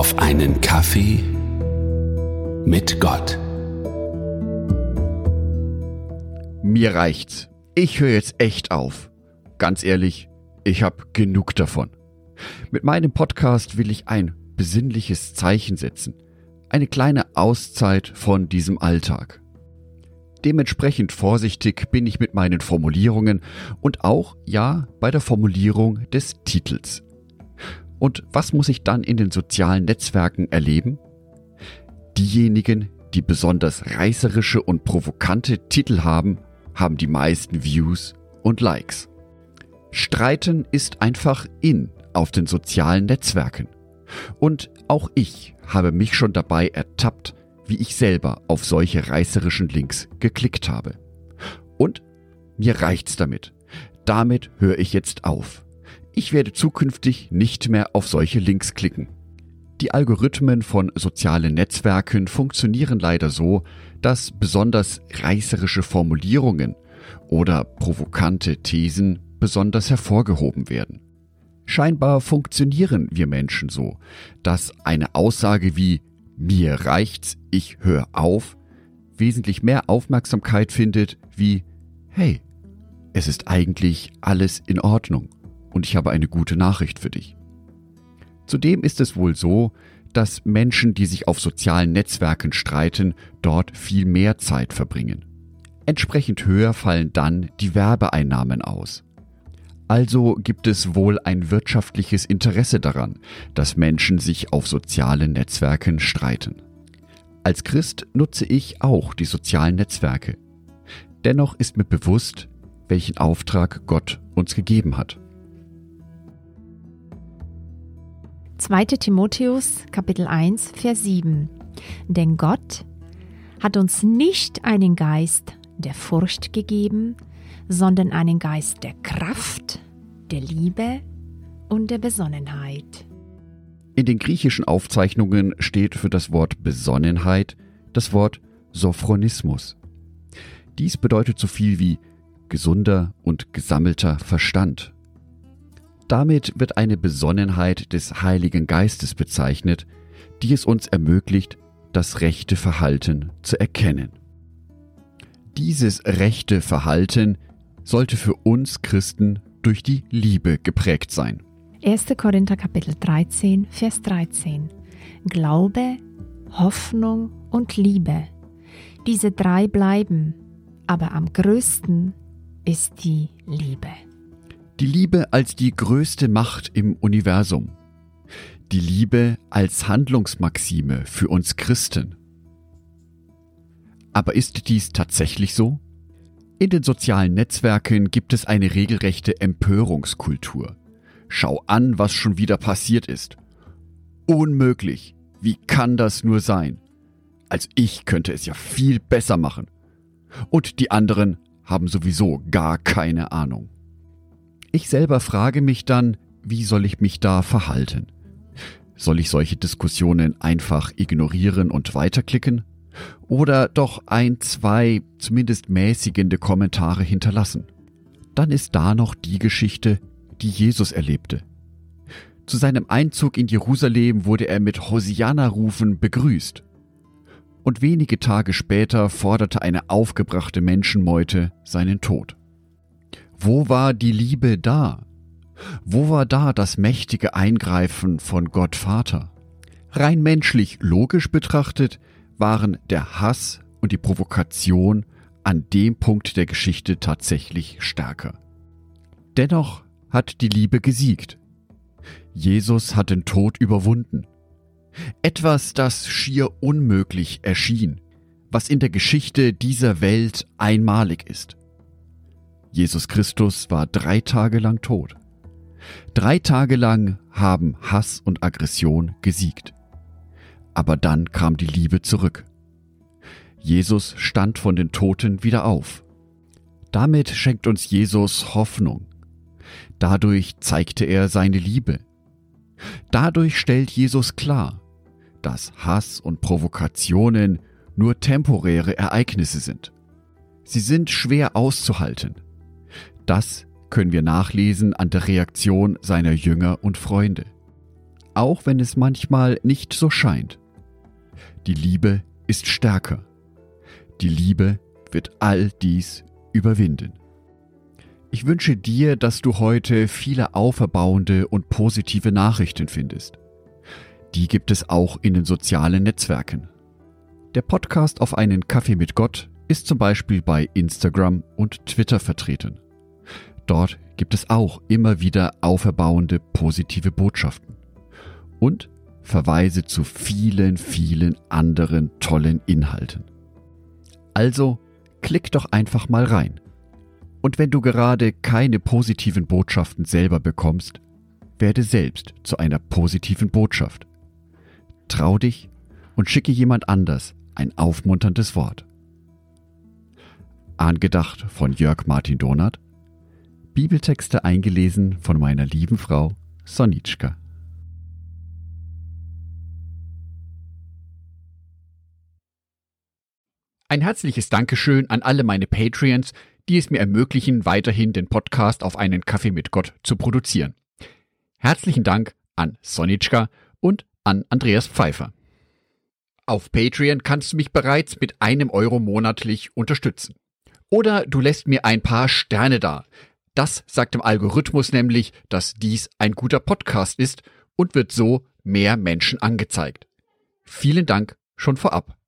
auf einen Kaffee mit Gott. Mir reicht's. Ich höre jetzt echt auf. Ganz ehrlich, ich habe genug davon. Mit meinem Podcast will ich ein besinnliches Zeichen setzen. Eine kleine Auszeit von diesem Alltag. Dementsprechend vorsichtig bin ich mit meinen Formulierungen und auch, ja, bei der Formulierung des Titels. Und was muss ich dann in den sozialen Netzwerken erleben? Diejenigen, die besonders reißerische und provokante Titel haben, haben die meisten Views und Likes. Streiten ist einfach in auf den sozialen Netzwerken. Und auch ich habe mich schon dabei ertappt, wie ich selber auf solche reißerischen Links geklickt habe. Und mir reicht's damit. Damit höre ich jetzt auf. Ich werde zukünftig nicht mehr auf solche Links klicken. Die Algorithmen von sozialen Netzwerken funktionieren leider so, dass besonders reißerische Formulierungen oder provokante Thesen besonders hervorgehoben werden. Scheinbar funktionieren wir Menschen so, dass eine Aussage wie „Mir reicht's, ich höre auf" wesentlich mehr Aufmerksamkeit findet wie „Hey, es ist eigentlich alles in Ordnung und ich habe eine gute Nachricht für dich." Zudem ist es wohl so, dass Menschen, die sich auf sozialen Netzwerken streiten, dort viel mehr Zeit verbringen. Entsprechend höher fallen dann die Werbeeinnahmen aus. Also gibt es wohl ein wirtschaftliches Interesse daran, dass Menschen sich auf sozialen Netzwerken streiten. Als Christ nutze ich auch die sozialen Netzwerke. Dennoch ist mir bewusst, welchen Auftrag Gott uns gegeben hat. 2. Timotheus, Kapitel 1, Vers 7. Denn Gott hat uns nicht einen Geist der Furcht gegeben, sondern einen Geist der Kraft, der Liebe und der Besonnenheit. In den griechischen Aufzeichnungen steht für das Wort Besonnenheit das Wort Sophronismus. Dies bedeutet so viel wie gesunder und gesammelter Verstand. Damit wird eine Besonnenheit des Heiligen Geistes bezeichnet, die es uns ermöglicht, das rechte Verhalten zu erkennen. Dieses rechte Verhalten sollte für uns Christen durch die Liebe geprägt sein. 1. Korinther Kapitel 13, Vers 13. Glaube, Hoffnung und Liebe. Diese 3 bleiben, aber am größten ist die Liebe. Die Liebe als die größte Macht im Universum. Die Liebe als Handlungsmaxime für uns Christen. Aber ist dies tatsächlich so? In den sozialen Netzwerken gibt es eine regelrechte Empörungskultur. Schau an, was schon wieder passiert ist. Unmöglich. Wie kann das nur sein? Also ich könnte es ja viel besser machen. Und die anderen haben sowieso gar keine Ahnung. Ich selber frage mich dann, wie soll ich mich da verhalten? Soll ich solche Diskussionen einfach ignorieren und weiterklicken? Oder doch 1, 2 zumindest mäßigende Kommentare hinterlassen? Dann ist da noch die Geschichte, die Jesus erlebte. Zu seinem Einzug in Jerusalem wurde er mit Hosianna-Rufen begrüßt. Und wenige Tage später forderte eine aufgebrachte Menschenmeute seinen Tod. Wo war die Liebe da? Wo war da das mächtige Eingreifen von Gott Vater? Rein menschlich logisch betrachtet waren der Hass und die Provokation an dem Punkt der Geschichte tatsächlich stärker. Dennoch hat die Liebe gesiegt. Jesus hat den Tod überwunden. Etwas, das schier unmöglich erschien, was in der Geschichte dieser Welt einmalig ist. Jesus Christus war 3 Tage lang tot. 3 Tage lang haben Hass und Aggression gesiegt. Aber dann kam die Liebe zurück. Jesus stand von den Toten wieder auf. Damit schenkt uns Jesus Hoffnung. Dadurch zeigte er seine Liebe. Dadurch stellt Jesus klar, dass Hass und Provokationen nur temporäre Ereignisse sind. Sie sind schwer auszuhalten. Das können wir nachlesen an der Reaktion seiner Jünger und Freunde. auch wenn es manchmal nicht so scheint. Die Liebe ist stärker. Die Liebe wird all dies überwinden. Ich wünsche dir, dass du heute viele auferbauende und positive Nachrichten findest. Die gibt es auch in den sozialen Netzwerken. Der Podcast Auf einen Kaffee mit Gott ist zum Beispiel bei Instagram und Twitter vertreten. Dort gibt es auch immer wieder auferbauende positive Botschaften und Verweise zu vielen, vielen anderen tollen Inhalten. Also klick doch einfach mal rein. Und wenn du gerade keine positiven Botschaften selber bekommst, werde selbst zu einer positiven Botschaft. Trau dich und schicke jemand anders ein aufmunterndes Wort. Angedacht von Jörg Martin Donath, Bibeltexte eingelesen von meiner lieben Frau Sonitschka. Ein herzliches Dankeschön an alle meine Patreons, die es mir ermöglichen, weiterhin den Podcast Auf einen Kaffee mit Gott zu produzieren. Herzlichen Dank an Sonitschka und an Andreas Pfeiffer. Auf Patreon kannst du mich bereits mit €1 monatlich unterstützen. Oder du lässt mir ein paar Sterne da. Das sagt dem Algorithmus nämlich, dass dies ein guter Podcast ist und wird so mehr Menschen angezeigt. Vielen Dank schon vorab.